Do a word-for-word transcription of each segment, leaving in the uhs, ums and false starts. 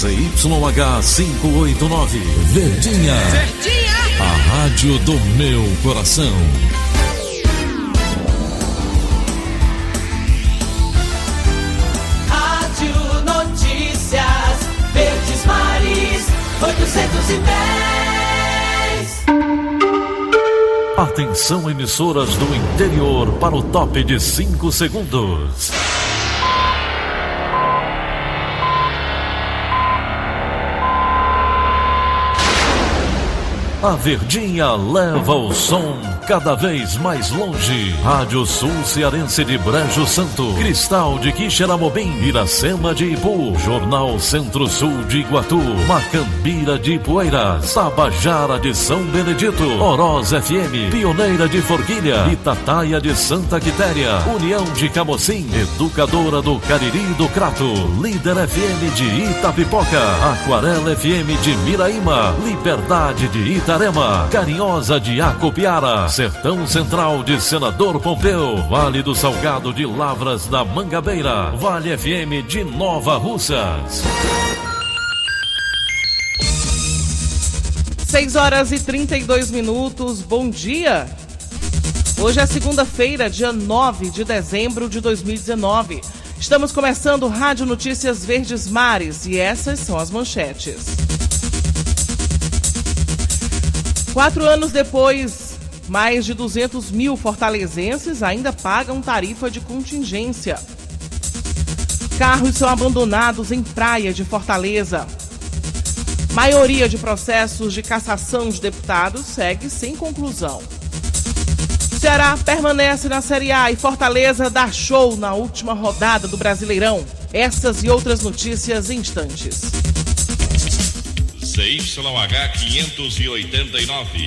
Z Y H quinhentos e oitenta e nove, Verdinha. Verdinha. A rádio do meu coração. Rádio Notícias Verdes Mares oitocentos e dez. Atenção, emissoras do interior, para o top de cinco segundos. A Verdinha leva o som cada vez mais longe. Rádio Sul Cearense de Brejo Santo, Cristal de Quixeramobim, Iracema de Ipu, Jornal Centro-Sul de Iguatu, Macambira de Ipueiras, Tabajara de São Benedito, Oroz F M, Pioneira de Forquilha, Itataia de Santa Quitéria, União de Camocim, Educadora do Cariri do Crato, Líder F M de Itapipoca, Aquarela F M de Miraíma, Liberdade de Ita Carinhosa de Acopiara, Sertão Central de Senador Pompeu, Vale do Salgado de Lavras da Mangabeira, Vale F M de Nova Russas. seis horas e trinta e dois minutos, bom dia. Hoje é segunda-feira, dia nove de dezembro de dois mil e dezenove. Estamos começando Rádio Notícias Verdes Mares e essas são as manchetes. Quatro anos depois, mais de duzentos mil fortalezenses ainda pagam tarifa de contingência. Carros são abandonados em praia de Fortaleza. Maioria de processos de cassação de deputados segue sem conclusão. Ceará permanece na Série A e Fortaleza dá show na última rodada do Brasileirão. Essas e outras notícias em instantes. Z Y H quinhentos e oitenta e nove,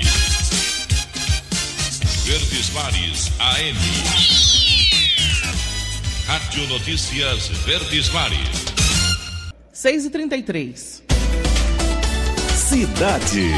Verdes Mares A M, Rádio Notícias Verdes Mares. seis e trinta e três. Cidade.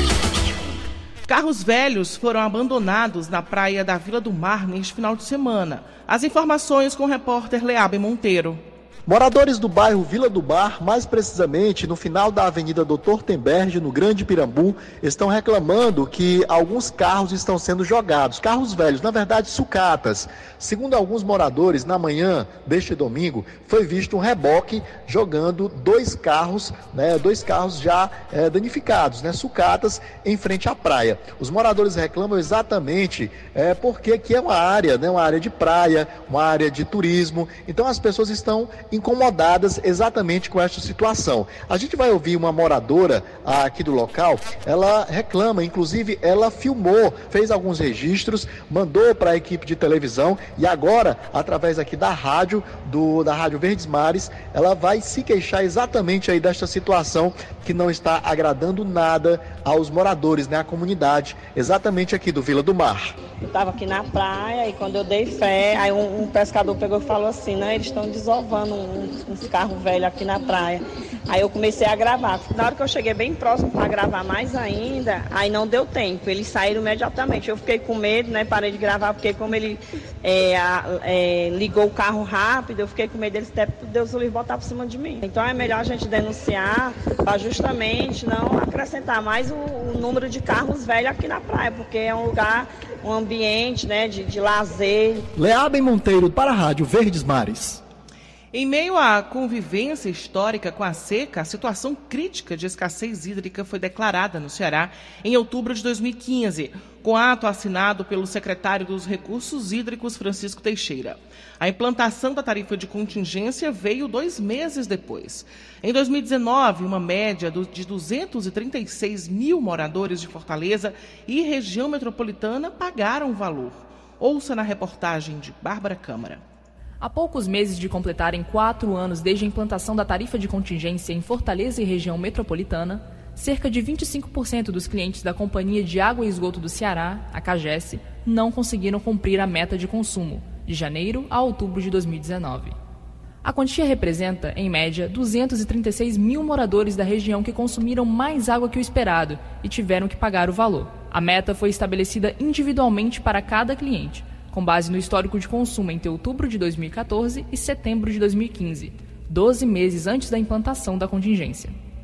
Carros velhos foram abandonados na praia da Vila do Mar neste final de semana. As informações com o repórter Leabe Monteiro. Moradores do bairro Vila do Mar, mais precisamente no final da Avenida doutor Temberge, no Grande Pirambu, estão reclamando que alguns carros estão sendo jogados, carros velhos, na verdade sucatas. Segundo alguns moradores, na manhã deste domingo, foi visto um reboque jogando dois carros, né, dois carros já é, danificados, né, sucatas, em frente à praia. Os moradores reclamam exatamente é, porque aqui é uma área, né, uma área de praia, uma área de turismo, então as pessoas estão incomodadas exatamente com esta situação. A gente vai ouvir uma moradora aqui do local, ela reclama, inclusive ela filmou, fez alguns registros, mandou para a equipe de televisão e agora, através aqui da rádio, do, da Rádio Verdes Mares, ela vai se queixar exatamente aí desta situação que não está agradando nada aos moradores, né, à comunidade, exatamente aqui do Vila do Mar. Eu estava aqui na praia e quando eu dei fé, aí um, um pescador pegou e falou assim, né, eles estão desovando uns, uns carros velhos aqui na praia. Aí eu comecei a gravar. Na hora que eu cheguei bem próximo para gravar mais ainda, aí não deu tempo, eles saíram imediatamente. Eu fiquei com medo, né, parei de gravar, porque como ele é, a, é, ligou o carro rápido, eu fiquei com medo deles, até Deus o livre, botar por cima de mim. Então é melhor a gente denunciar para justamente não acrescentar mais o, o número de carros velhos aqui na praia, porque é um lugar, um ambiente, né, de, de lazer. Leaben Monteiro para a Rádio Verdes Mares. Em meio à convivência histórica com a seca, a situação crítica de escassez hídrica foi declarada no Ceará em outubro de dois mil e quinze, com ato assinado pelo secretário dos Recursos Hídricos, Francisco Teixeira. A implantação da tarifa de contingência veio dois meses depois. Em dois mil e dezenove, uma média de duzentos e trinta e seis mil moradores de Fortaleza e região metropolitana pagaram o valor. Ouça na reportagem de Bárbara Câmara. Há poucos meses de completarem quatro anos desde a implantação da tarifa de contingência em Fortaleza e região metropolitana, cerca de vinte e cinco por cento dos clientes da Companhia de Água e Esgoto do Ceará, a CAGES, não conseguiram cumprir a meta de consumo, de janeiro a outubro de dois mil e dezenove. A quantia representa, em média, duzentos e trinta e seis mil moradores da região que consumiram mais água que o esperado e tiveram que pagar o valor. A meta foi estabelecida individualmente para cada cliente, com base no histórico de consumo entre outubro de dois mil e quatorze e setembro de dois mil e quinze, doze meses antes da implantação da contingência.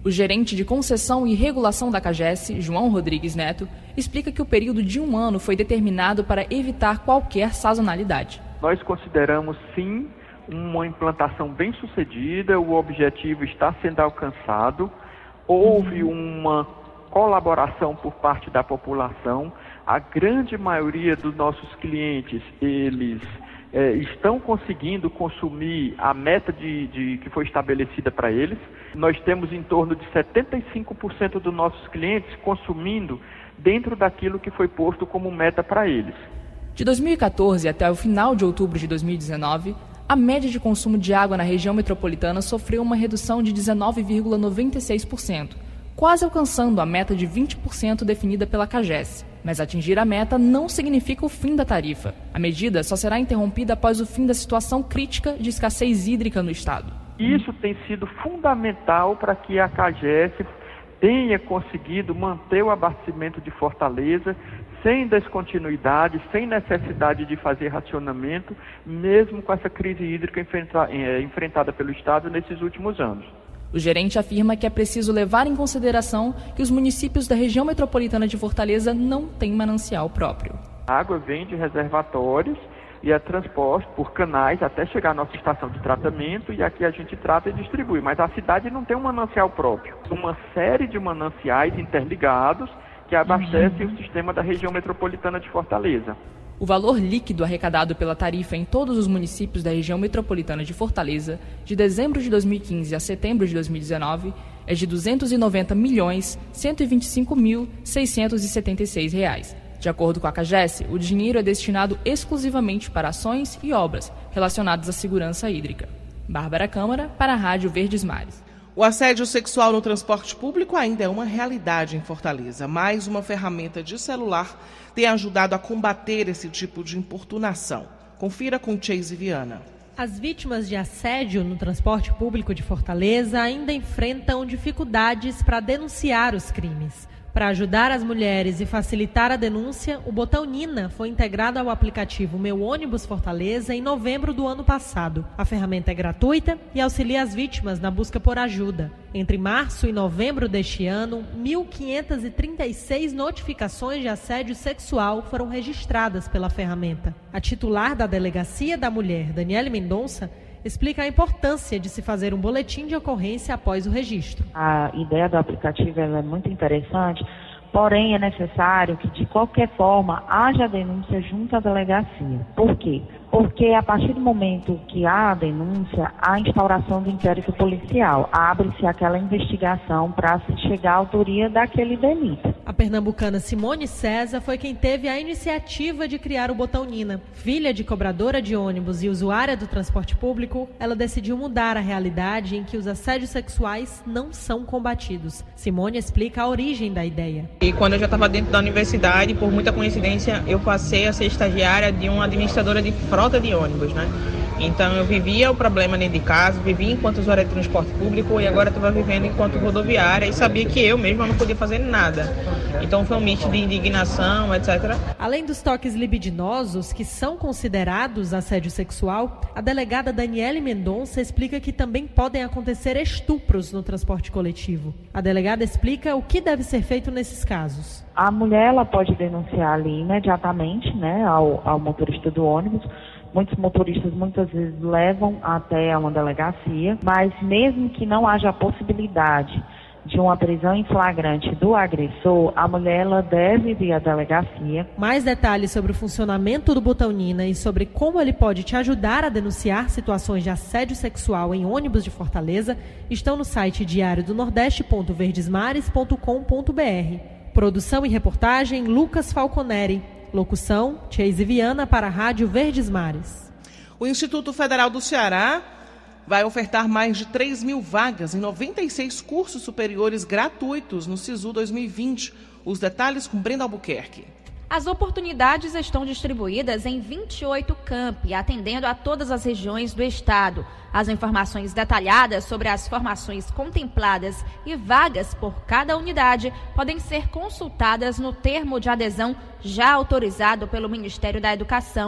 O gerente de concessão e regulação da CAGES, João Rodrigues Neto, explica que o período de um ano foi determinado para evitar qualquer sazonalidade. Nós consideramos, sim, uma implantação bem sucedida, o objetivo está sendo alcançado, houve uma colaboração por parte da população, a grande maioria dos nossos clientes, eles é, estão conseguindo consumir a meta de, de, que foi estabelecida para eles. Nós temos em torno de setenta e cinco por cento dos nossos clientes consumindo dentro daquilo que foi posto como meta para eles. De dois mil e quatorze até o final de outubro de dois mil e dezenove, a média de consumo de água na região metropolitana sofreu uma redução de dezenove vírgula noventa e seis por cento, quase alcançando a meta de vinte por cento definida pela CAGES. Mas atingir a meta não significa o fim da tarifa. A medida só será interrompida após o fim da situação crítica de escassez hídrica no estado. Isso tem sido fundamental para que a CAGES tenha conseguido manter o abastecimento de Fortaleza sem descontinuidade, sem necessidade de fazer racionamento, mesmo com essa crise hídrica enfrenta, é, enfrentada pelo estado nesses últimos anos. O gerente afirma que é preciso levar em consideração que os municípios da região metropolitana de Fortaleza não têm manancial próprio. A água vem de reservatórios e é transposta por canais até chegar à nossa estação de tratamento, e aqui a gente trata e distribui. Mas a cidade não tem um manancial próprio. Uma série de mananciais interligados que abastecem uhum. o sistema da região metropolitana de Fortaleza. O valor líquido arrecadado pela tarifa em todos os municípios da região metropolitana de Fortaleza, de dezembro de dois mil e quinze a setembro de dois mil e dezenove, é de duzentos e noventa milhões, cento e vinte e cinco mil, seiscentos e setenta e seis reais. De acordo com a CAGES, o dinheiro é destinado exclusivamente para ações e obras relacionadas à segurança hídrica. Bárbara Câmara, para a Rádio Verdes Mares. O assédio sexual no transporte público ainda é uma realidade em Fortaleza. Mais uma ferramenta de celular tem ajudado a combater esse tipo de importunação. Confira com Chase Viana. As vítimas de assédio no transporte público de Fortaleza ainda enfrentam dificuldades para denunciar os crimes. Para ajudar as mulheres e facilitar a denúncia, o botão Nina foi integrado ao aplicativo Meu Ônibus Fortaleza em novembro do ano passado. A ferramenta é gratuita e auxilia as vítimas na busca por ajuda. Entre março e novembro deste ano, mil quinhentas e trinta e seis notificações de assédio sexual foram registradas pela ferramenta. A titular da Delegacia da Mulher, Daniele Mendonça, explica a importância de se fazer um boletim de ocorrência após o registro. A ideia do aplicativo é muito interessante, porém é necessário que, de qualquer forma, haja denúncia junto à delegacia. Por quê? Porque a partir do momento que há a denúncia, há a instauração do inquérito policial. Abre-se aquela investigação para se chegar à autoria daquele delito. A pernambucana Simone César foi quem teve a iniciativa de criar o botão Nina. Filha de cobradora de ônibus e usuária do transporte público, ela decidiu mudar a realidade em que os assédios sexuais não são combatidos. Simone explica a origem da ideia. E quando eu já estava dentro da universidade, por muita coincidência, eu passei a ser estagiária de uma administradora de frota de ônibus, né? Então eu vivia o problema dentro de casa, vivia enquanto usuária de transporte público e agora estava vivendo enquanto rodoviária e sabia que eu mesma não podia fazer nada. Então foi um misto de indignação, etcétera. Além dos toques libidinosos, que são considerados assédio sexual, a delegada Daniele Mendonça explica que também podem acontecer estupros no transporte coletivo. A delegada explica o que deve ser feito nesses casos. A mulher ela pode denunciar ali imediatamente, né, ao, ao motorista do ônibus. Muitos motoristas muitas vezes levam até uma delegacia, mas mesmo que não haja a possibilidade de uma prisão em flagrante do agressor, a mulher ela deve vir à delegacia. Mais detalhes sobre o funcionamento do botão Nina e sobre como ele pode te ajudar a denunciar situações de assédio sexual em ônibus de Fortaleza estão no site diário do nordeste ponto verdesmares ponto com ponto br. Produção e reportagem Lucas Falconeri. Locução, Chase Viana para a Rádio Verdes Mares. O Instituto Federal do Ceará vai ofertar mais de três mil vagas em noventa e seis cursos superiores gratuitos no SISU dois mil e vinte. Os detalhes com Brenda Albuquerque. As oportunidades estão distribuídas em vinte e oito campi, atendendo a todas as regiões do estado. As informações detalhadas sobre as formações contempladas e vagas por cada unidade podem ser consultadas no termo de adesão já autorizado pelo Ministério da Educação.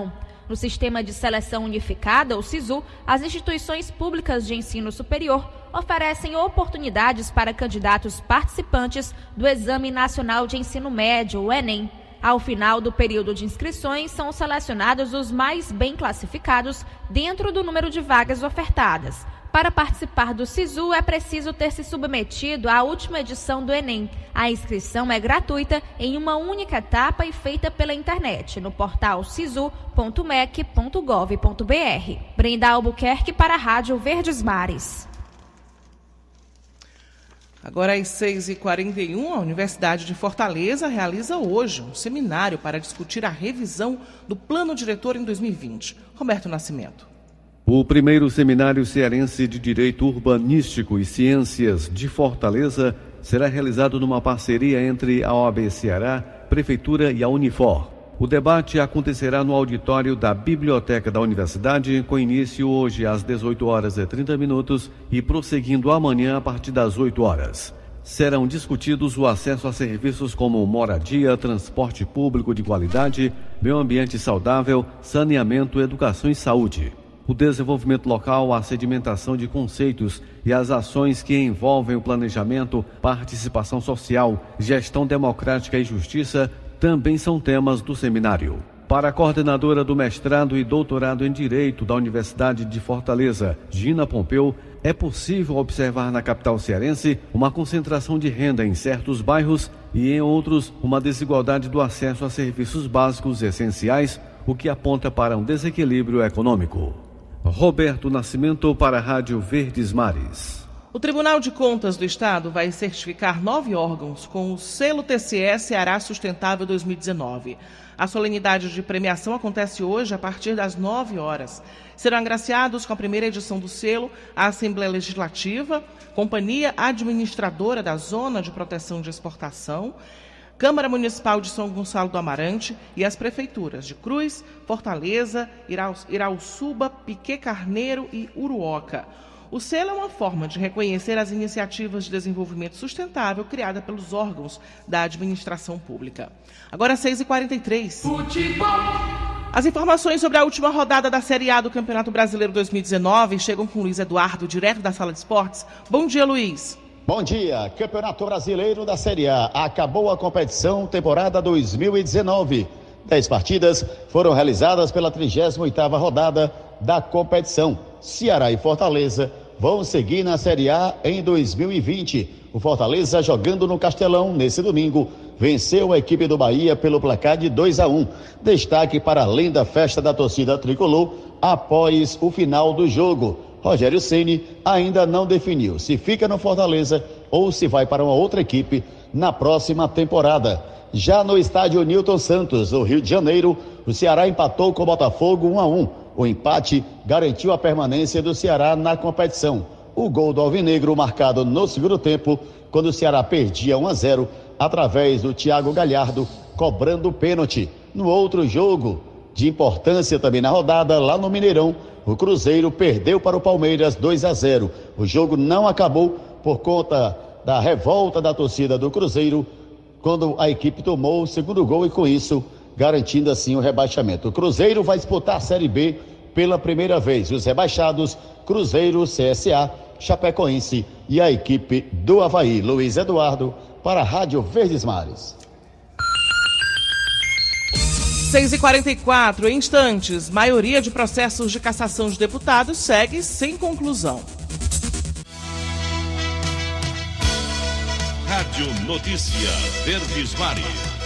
No Sistema de Seleção Unificada, o SISU, as instituições públicas de ensino superior oferecem oportunidades para candidatos participantes do Exame Nacional de Ensino Médio, o Enem. Ao final do período de inscrições, são selecionados os mais bem classificados dentro do número de vagas ofertadas. Para participar do SISU, é preciso ter se submetido à última edição do Enem. A inscrição é gratuita em uma única etapa e feita pela internet, no portal sisu ponto mec ponto gov ponto br. Brenda Albuquerque para a Rádio Verdes Mares. Agora às seis e quarenta e um, a Universidade de Fortaleza realiza hoje um seminário para discutir a revisão do Plano Diretor em dois mil e vinte. Roberto Nascimento. O primeiro Seminário Cearense de Direito Urbanístico e Ciências de Fortaleza será realizado numa parceria entre a O A B Ceará, Prefeitura e a Unifor. O debate acontecerá no auditório da Biblioteca da Universidade, com início hoje às dezoito horas e trinta minutos e prosseguindo amanhã a partir das oito horas. Serão discutidos o acesso a serviços como moradia, transporte público de qualidade, meio ambiente saudável, saneamento, educação e saúde. O desenvolvimento local, a sedimentação de conceitos e as ações que envolvem o planejamento, participação social, gestão democrática e justiça também são temas do seminário. Para a coordenadora do mestrado e doutorado em Direito da Universidade de Fortaleza, Gina Pompeu, é possível observar na capital cearense uma concentração de renda em certos bairros e em outros uma desigualdade do acesso a serviços básicos essenciais, o que aponta para um desequilíbrio econômico. Roberto Nascimento para a Rádio Verdes Mares. O Tribunal de Contas do Estado vai certificar nove órgãos com o selo T C E Ceará Sustentável dois mil e dezenove. A solenidade de premiação acontece hoje a partir das nove horas. Serão agraciados com a primeira edição do selo a Assembleia Legislativa, Companhia Administradora da Zona de Proteção de Exportação, Câmara Municipal de São Gonçalo do Amarante e as prefeituras de Cruz, Fortaleza, Irauçuba, Piquet Carneiro e Uruoca. O selo é uma forma de reconhecer as iniciativas de desenvolvimento sustentável criadas pelos órgãos da administração pública. Agora seis e quarenta e três. Futebol. As informações sobre a última rodada da Série A do Campeonato Brasileiro dois mil e dezenove chegam com Luiz Eduardo, direto da Sala de Esportes. Bom dia, Luiz. Bom dia, Campeonato Brasileiro da Série A. Acabou a competição temporada dois mil e dezenove. Dez partidas foram realizadas pela trigésima oitava rodada da competição. Ceará e Fortaleza vão seguir na Série A em dois mil e vinte. O Fortaleza, jogando no Castelão nesse domingo, venceu a equipe do Bahia pelo placar de dois a um. Destaque para além da festa da torcida tricolor após o final do jogo. Rogério Ceni ainda não definiu se fica no Fortaleza ou se vai para uma outra equipe na próxima temporada. Já no estádio Newton Santos, no Rio de Janeiro, o Ceará empatou com o Botafogo um a um. O empate garantiu a permanência do Ceará na competição. O gol do Alvinegro marcado no segundo tempo, quando o Ceará perdia um a zero, através do Thiago Galhardo, cobrando o pênalti. No outro jogo, de importância também na rodada, lá no Mineirão, o Cruzeiro perdeu para o Palmeiras dois a zero. O jogo não acabou por conta da revolta da torcida do Cruzeiro, quando a equipe tomou o segundo gol e com isso garantindo assim o rebaixamento. O Cruzeiro vai disputar a Série B pela primeira vez. Os rebaixados, Cruzeiro, C S A, Chapecoense e a equipe do Avaí. Luiz Eduardo para a Rádio Verdes Mares. seis e quarenta e quatro, em instantes, maioria de processos de cassação de deputados segue sem conclusão. Rádio Notícia Verdes Mares.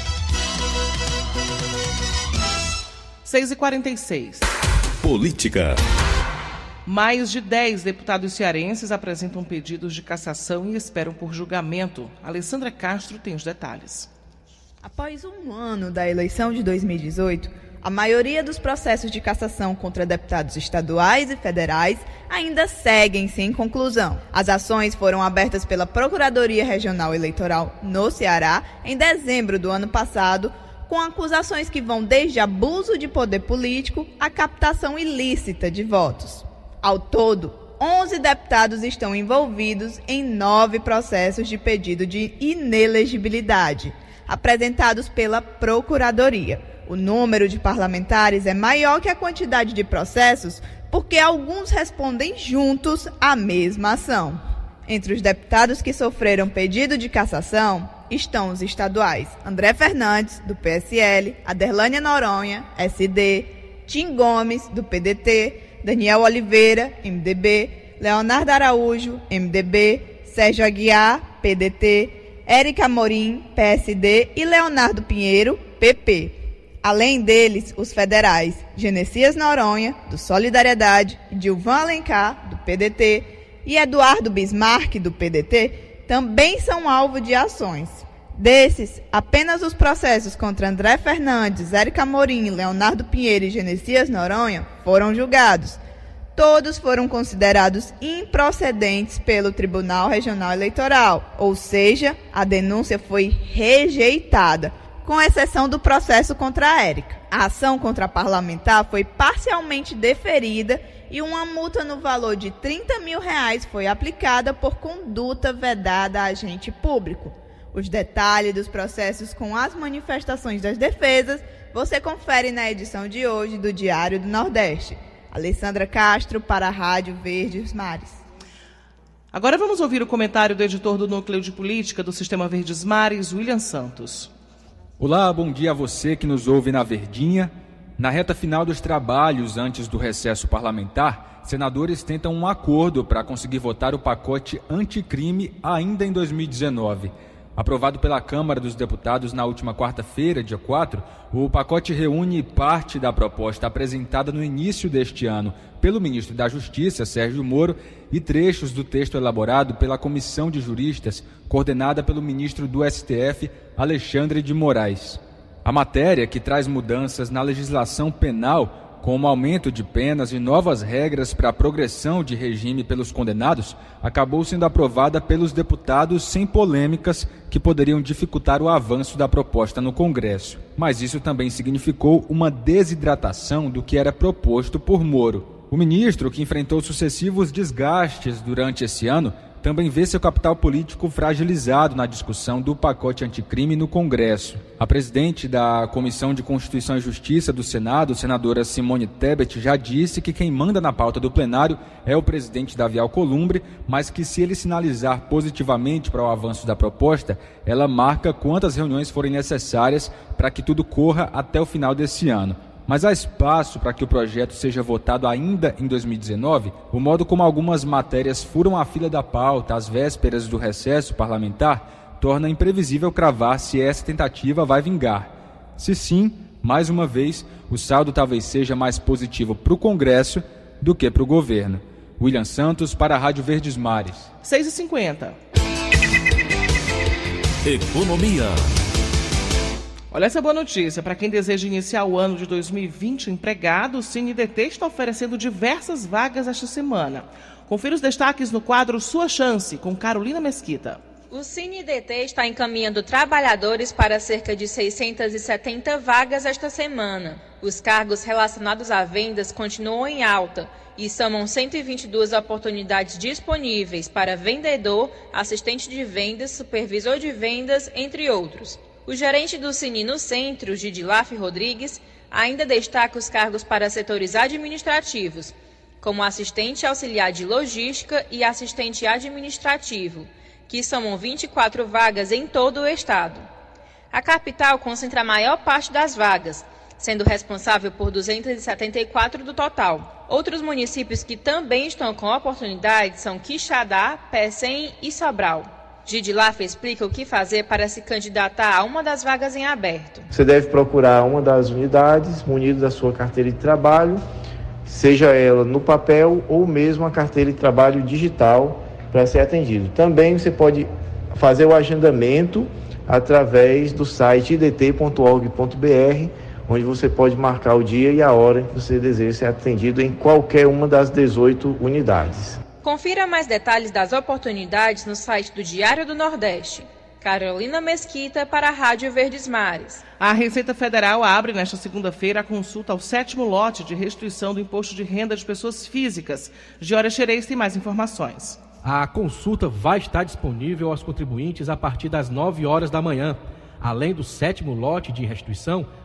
seis e quarenta e seis. Política. Mais de dez deputados cearenses apresentam pedidos de cassação e esperam por julgamento. Alessandra Castro tem os detalhes. Após um ano da eleição de dois mil e dezoito, a maioria dos processos de cassação contra deputados estaduais e federais ainda seguem sem conclusão. As ações foram abertas pela Procuradoria Regional Eleitoral no Ceará em dezembro do ano passado, com acusações que vão desde abuso de poder político à captação ilícita de votos. Ao todo, onze deputados estão envolvidos em nove processos de pedido de inelegibilidade, apresentados pela Procuradoria. O número de parlamentares é maior que a quantidade de processos porque alguns respondem juntos à mesma ação. Entre os deputados que sofreram pedido de cassação estão os estaduais André Fernandes, do P S L, Aderlânia Noronha, S D, Tim Gomes, do P D T, Daniel Oliveira, M D B, Leonardo Araújo, M D B, Sérgio Aguiar, P D T, Érica Amorim, P S D e Leonardo Pinheiro, P P. Além deles, os federais Genesias Noronha, do Solidariedade, Dilvan Alencar, do P D T, e Eduardo Bismarck, do P D T, também são alvo de ações. Desses, apenas os processos contra André Fernandes, Érica Amorim, Leonardo Pinheiro e Genesias Noronha foram julgados. Todos foram considerados improcedentes pelo Tribunal Regional Eleitoral, ou seja, a denúncia foi rejeitada, com exceção do processo contra a Érica. A ação contra a parlamentar foi parcialmente deferida e uma multa no valor de trinta mil reais foi aplicada por conduta vedada a agente público. Os detalhes dos processos com as manifestações das defesas você confere na edição de hoje do Diário do Nordeste. Alessandra Castro para a Rádio Verdes Mares. Agora vamos ouvir o comentário do editor do Núcleo de Política do Sistema Verdes Mares, William Santos. Olá, bom dia a você que nos ouve na Verdinha. Na reta final dos trabalhos antes do recesso parlamentar, senadores tentam um acordo para conseguir votar o pacote anticrime ainda em dois mil e dezenove. Aprovado pela Câmara dos Deputados na última quarta-feira, dia quatro, o pacote reúne parte da proposta apresentada no início deste ano pelo ministro da Justiça, Sérgio Moro, e trechos do texto elaborado pela Comissão de Juristas, coordenada pelo ministro do S T F, Alexandre de Moraes. A matéria, que traz mudanças na legislação penal, como aumento de penas e novas regras para a progressão de regime pelos condenados, acabou sendo aprovada pelos deputados sem polêmicas que poderiam dificultar o avanço da proposta no Congresso. Mas isso também significou uma desidratação do que era proposto por Moro. O ministro, que enfrentou sucessivos desgastes durante esse ano, também vê seu capital político fragilizado na discussão do pacote anticrime no Congresso. A presidente da Comissão de Constituição e Justiça do Senado, senadora Simone Tebet, já disse que quem manda na pauta do plenário é o presidente Davi Alcolumbre, mas que se ele sinalizar positivamente para o avanço da proposta, ela marca quantas reuniões forem necessárias para que tudo corra até o final desse ano. Mas há espaço para que o projeto seja votado ainda em dois mil e dezenove? O modo como algumas matérias furam a fila da pauta às vésperas do recesso parlamentar torna imprevisível cravar se essa tentativa vai vingar. Se sim, mais uma vez, o saldo talvez seja mais positivo para o Congresso do que para o governo. William Santos para a Rádio Verdes Mares. seis e cinquenta. Economia. Olha essa boa notícia. Para quem deseja iniciar o ano de dois mil e vinte empregado, o Cine D T está oferecendo diversas vagas esta semana. Confira os destaques no quadro Sua Chance, com Carolina Mesquita. O Cine D T está encaminhando trabalhadores para cerca de seiscentas e setenta vagas esta semana. Os cargos relacionados a vendas continuam em alta e somam cento e vinte e duas oportunidades disponíveis para vendedor, assistente de vendas, supervisor de vendas, entre outros. O gerente do Cine no Centro, Gidilaf Rodrigues, ainda destaca os cargos para setores administrativos, como assistente auxiliar de logística e assistente administrativo, que somam vinte e quatro vagas em todo o estado. A capital concentra a maior parte das vagas, sendo responsável por duzentas e setenta e quatro do total. Outros municípios que também estão com oportunidade são Quixadá, Pecém e Sobral. Gidilaf explica o que fazer para se candidatar a uma das vagas em aberto. Você deve procurar uma das unidades munido da sua carteira de trabalho, seja ela no papel ou mesmo a carteira de trabalho digital, para ser atendido. Também você pode fazer o agendamento através do site i d t ponto org ponto b r, onde você pode marcar o dia e a hora que você deseja ser atendido em qualquer uma das dezoito unidades. Confira mais detalhes das oportunidades no site do Diário do Nordeste. Carolina Mesquita para a Rádio Verdes Mares. A Receita Federal abre nesta segunda-feira a consulta ao sétimo lote de restituição do Imposto de Renda de Pessoas Físicas. Giora Xerez tem mais informações. A consulta vai estar disponível aos contribuintes a partir das nove horas da manhã. Além do sétimo lote de restituição,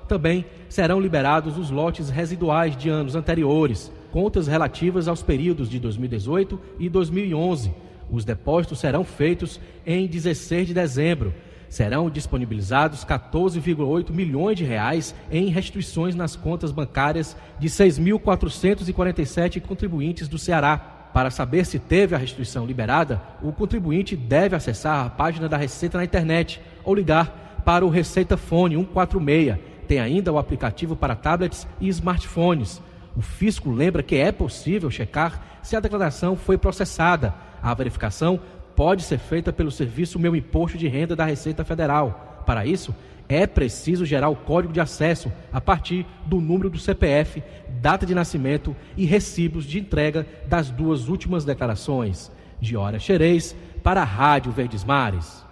Também serão liberados os lotes residuais de anos anteriores, contas relativas aos períodos de dois mil e dezoito e dois mil e onze. Os depósitos serão feitos em dezesseis de dezembro. Serão disponibilizados quatorze vírgula oito milhões de reais em restituições nas contas bancárias de seis mil quatrocentos e quarenta e sete contribuintes do Ceará. Para saber se teve a restituição liberada, o contribuinte deve acessar a página da Receita na internet ou ligar para o Receita Fone um quatro seis. Tem ainda o aplicativo para tablets e smartphones. O fisco lembra que é possível checar se a declaração foi processada. A verificação pode ser feita pelo serviço Meu Imposto de Renda da Receita Federal. Para isso, é preciso gerar o código de acesso a partir do número do C P F, data de nascimento e recibos de entrega das duas últimas declarações. Giora Xerez, para a Rádio Verdes Mares.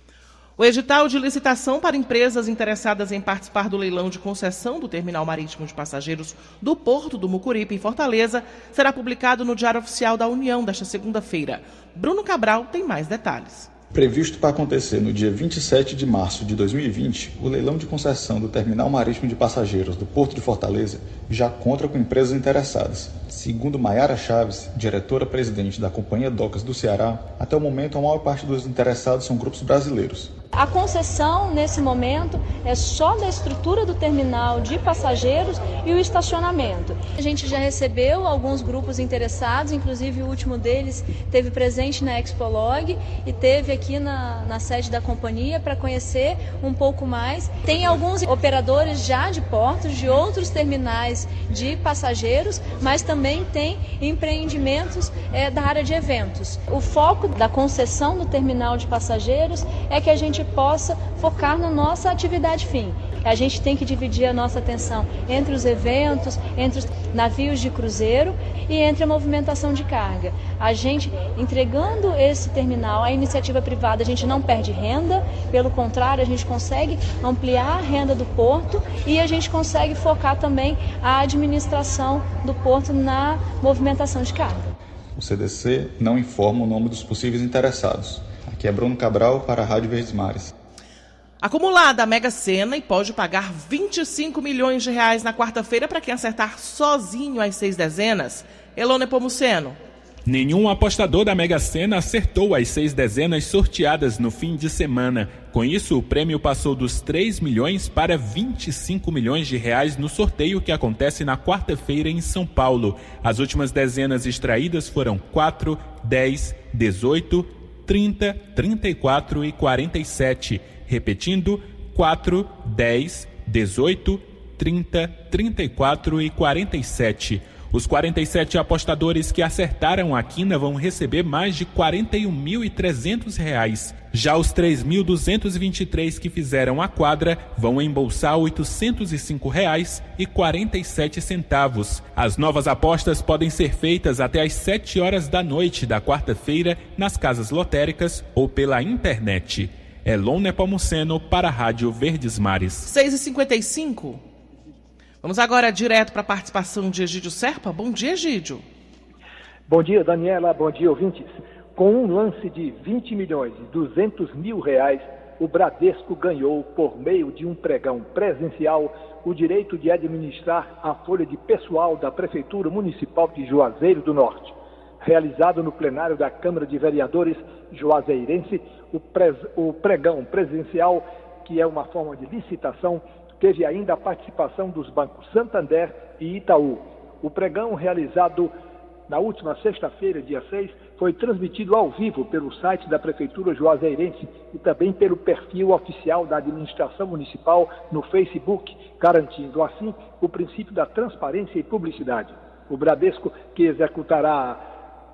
O edital de licitação para empresas interessadas em participar do leilão de concessão do Terminal Marítimo de Passageiros do Porto do Mucuripe, em Fortaleza, será publicado no Diário Oficial da União desta segunda-feira. Bruno Cabral tem mais detalhes. Previsto para acontecer no dia vinte e sete de março de dois mil e vinte, o leilão de concessão do Terminal Marítimo de Passageiros do Porto de Fortaleza já conta com empresas interessadas. Segundo Maiara Chaves, diretora-presidente da Companhia Docas do Ceará, até o momento a maior parte dos interessados são grupos brasileiros. A concessão, nesse momento, é só da estrutura do terminal de passageiros e o estacionamento. A gente já recebeu alguns grupos interessados, inclusive o último deles teve presente na Expolog e teve aqui na, na sede da companhia para conhecer um pouco mais. Tem alguns operadores já de portos, de outros terminais de passageiros, mas também tem empreendimentos é, da área de eventos. O foco da concessão do terminal de passageiros é que a gente possa focar na nossa atividade fim. A gente tem que dividir a nossa atenção entre os eventos, entre os navios de cruzeiro e entre a movimentação de carga. A gente, entregando esse terminal à iniciativa privada, a gente não perde renda, pelo contrário, a gente consegue ampliar a renda do porto e a gente consegue focar também a administração do porto na movimentação de carga. O C D C não informa o nome dos possíveis interessados. Aqui é Bruno Cabral para a Rádio Verdes Mares. Acumulada a Mega Sena e pode pagar vinte e cinco milhões de reais na quarta-feira para quem acertar sozinho as seis dezenas. Elô Nepomuceno. Nenhum apostador da Mega Sena acertou as seis dezenas sorteadas no fim de semana. Com isso, o prêmio passou dos três milhões para vinte e cinco milhões de reais no sorteio que acontece na quarta-feira em São Paulo. As últimas dezenas extraídas foram quatro, dez, dezoito, trinta, trinta e quatro e quarenta e sete. Repetindo, quatro, dez, dezoito, trinta, trinta e quatro e quarenta e sete. Os quarenta e sete apostadores que acertaram a quina vão receber mais de quarenta e um mil e trezentos reais. Já os três mil duzentos e vinte e três que fizeram a quadra vão embolsar oitocentos e cinco reais e quarenta e sete centavos. As novas apostas podem ser feitas até às sete horas da noite da quarta-feira nas casas lotéricas ou pela internet. Elô Nepomuceno para a Rádio Verdes Mares. seis e cinquenta e cinco. Vamos agora direto para a participação de Egídio Serpa. Bom dia, Egídio. Bom dia, Daniela. Bom dia, ouvintes. Com um lance de vinte milhões e duzentos mil reais, o Bradesco ganhou, por meio de um pregão presencial, o direito de administrar a folha de pessoal da Prefeitura Municipal de Juazeiro do Norte. Realizado no plenário da Câmara de Vereadores juazeirense, o, pres, o pregão presencial, que é uma forma de licitação, teve ainda a participação dos bancos Santander e Itaú. O pregão, realizado na última sexta-feira, dia seis, foi transmitido ao vivo pelo site da Prefeitura Juazeirense e também pelo perfil oficial da Administração Municipal no Facebook, garantindo assim o princípio da transparência e publicidade. O Bradesco, que executará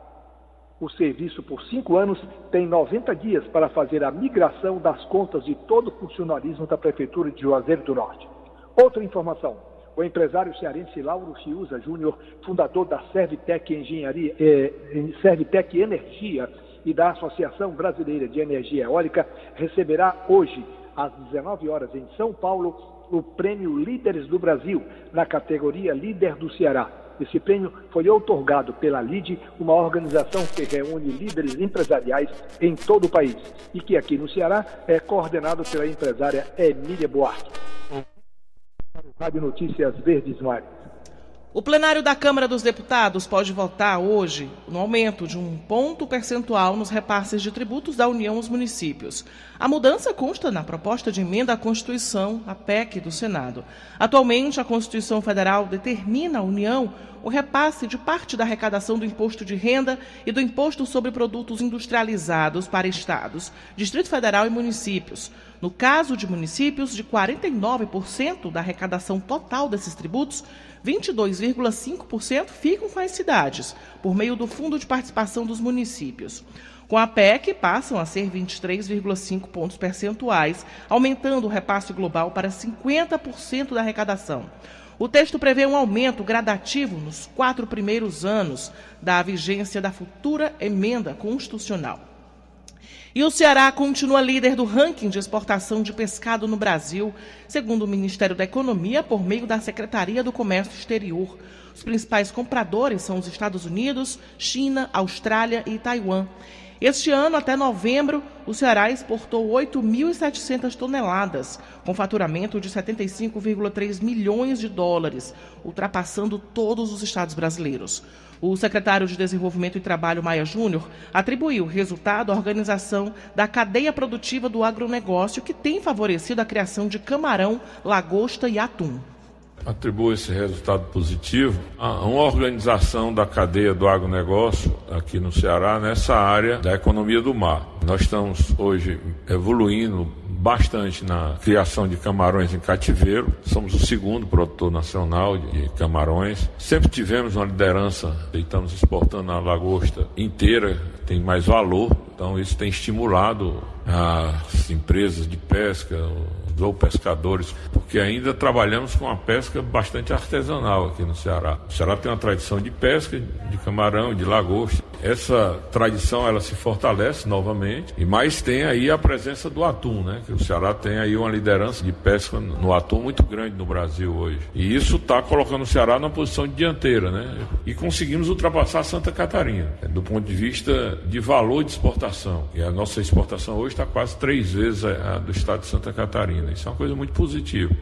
o serviço por cinco anos, tem noventa dias para fazer a migração das contas de todo o funcionalismo da Prefeitura de Juazeiro do Norte. Outra informação: o empresário cearense Lauro Fiuza Júnior, fundador da Servitec Engenharia, eh, Servitec Energia e da Associação Brasileira de Energia Eólica, receberá hoje, às dezenove horas, em São Paulo, o Prêmio Líderes do Brasil, na categoria Líder do Ceará. Esse prêmio foi outorgado pela L I D, uma organização que reúne líderes empresariais em todo o país e que aqui no Ceará é coordenado pela empresária Emília Buarque. Rádio Notícias Verdes Mares. O plenário da Câmara dos Deputados pode votar hoje no aumento de um ponto percentual nos repasses de tributos da União aos municípios. A mudança consta na proposta de emenda à Constituição, a P E C do Senado. Atualmente, a Constituição Federal determina à União o repasse de parte da arrecadação do imposto de renda e do imposto sobre produtos industrializados para estados, Distrito Federal e municípios. No caso de municípios, de quarenta e nove por cento da arrecadação total desses tributos, vinte e dois vírgula cinco por cento ficam com as cidades, por meio do Fundo de Participação dos Municípios. Com a P E C, passam a ser vinte e três vírgula cinco pontos percentuais, aumentando o repasse global para cinquenta por cento da arrecadação. O texto prevê um aumento gradativo nos quatro primeiros anos da vigência da futura emenda constitucional. E o Ceará continua líder do ranking de exportação de pescado no Brasil, segundo o Ministério da Economia, por meio da Secretaria do Comércio Exterior. Os principais compradores são os Estados Unidos, China, Austrália e Taiwan. Este ano, até novembro, o Ceará exportou oito mil e setecentas toneladas, com faturamento de setenta e cinco vírgula três milhões de dólares, ultrapassando todos os estados brasileiros. O secretário de Desenvolvimento e Trabalho, Maia Júnior, atribuiu o resultado à organização da cadeia produtiva do agronegócio, que tem favorecido a criação de camarão, lagosta e atum. Atribuo esse resultado positivo a uma organização da cadeia do agronegócio aqui no Ceará nessa área da economia do mar. Nós estamos hoje evoluindo bastante na criação de camarões em cativeiro. Somos o segundo produtor nacional de camarões. Sempre tivemos uma liderança e estamos exportando a lagosta inteira, tem mais valor. Então isso tem estimulado as empresas de pesca ou pescadores, porque ainda trabalhamos com uma pesca bastante artesanal aqui no Ceará. O Ceará tem uma tradição de pesca, de camarão, de lagosta. Essa tradição ela se fortalece novamente, e mais tem aí a presença do atum, né? Que o Ceará tem aí uma liderança de pesca no atum muito grande no Brasil hoje. E isso está colocando o Ceará numa posição de dianteira, né? E conseguimos ultrapassar Santa Catarina, do ponto de vista de valor de exportação. E a nossa exportação hoje está quase três vezes a do estado de Santa Catarina. Isso é uma coisa muito positiva.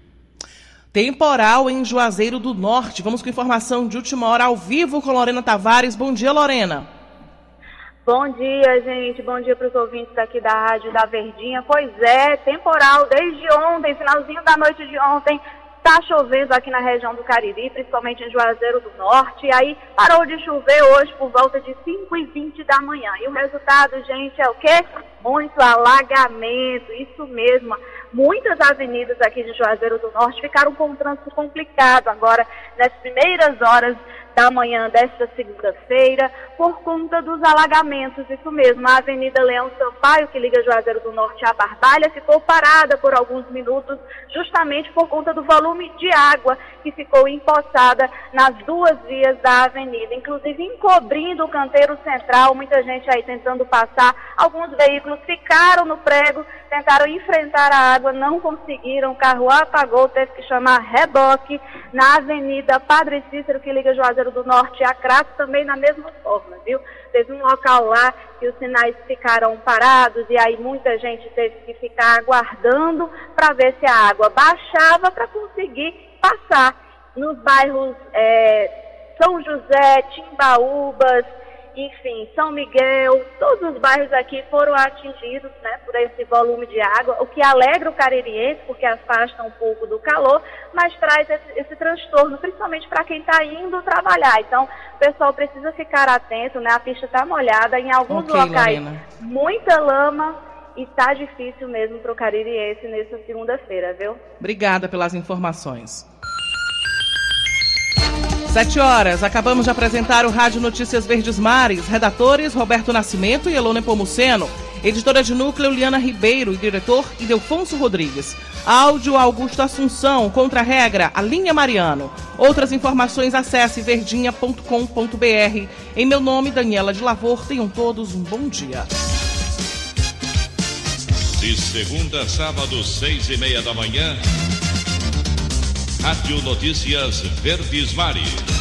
Temporal em Juazeiro do Norte. Vamos com informação de última hora ao vivo com Lorena Tavares. Bom dia, Lorena. Bom dia, gente. Bom dia para os ouvintes aqui da Rádio da Verdinha. Pois é, temporal desde ontem, finalzinho da noite de ontem. Está chovendo aqui na região do Cariri, principalmente em Juazeiro do Norte. E aí parou de chover hoje por volta de cinco e vinte da manhã. E o resultado, gente, é o quê? Muito alagamento, isso mesmo. Muitas avenidas aqui de Juazeiro do Norte ficaram com um trânsito complicado agora, nas primeiras horas da manhã desta segunda-feira, por conta dos alagamentos, isso mesmo. A Avenida Leão Sampaio, que liga Juazeiro do Norte à Barbalha, ficou parada por alguns minutos, justamente por conta do volume de água que ficou empoçada nas duas vias da avenida, inclusive encobrindo o canteiro central, muita gente aí tentando passar, alguns veículos ficaram no prego, tentaram enfrentar a água, não conseguiram, o carro apagou, teve que chamar reboque. Na Avenida Padre Cícero, que liga Juazeiro do Norte a Crato, também na mesma forma, viu? Teve um local lá que os sinais ficaram parados e aí muita gente teve que ficar aguardando para ver se a água baixava para conseguir passar. Nos bairros é, São José, Timbaúbas, enfim, São Miguel, todos os bairros aqui foram atingidos, né, por esse volume de água, o que alegra o caririense, porque afasta um pouco do calor, mas traz esse, esse transtorno, principalmente para quem está indo trabalhar. Então, o pessoal precisa ficar atento, né, a pista está molhada, em alguns okay, locais, Lorena. Muita lama, e está difícil mesmo para o caririense nessa segunda-feira, viu? Obrigada pelas informações. Sete horas, acabamos de apresentar o Rádio Notícias Verdes Mares. Redatores Roberto Nascimento e Elone Pomuceno. Editora de núcleo Liana Ribeiro e diretor Ildefonso Rodrigues. Áudio Augusto Assunção, contra-regra Alinha Mariano. Outras informações acesse verdinha ponto com ponto br. Em meu nome, Daniela de Lavor, tenham todos um bom dia. De segunda a sábado, seis e meia da manhã, Rádio Notícias Verdes Mares.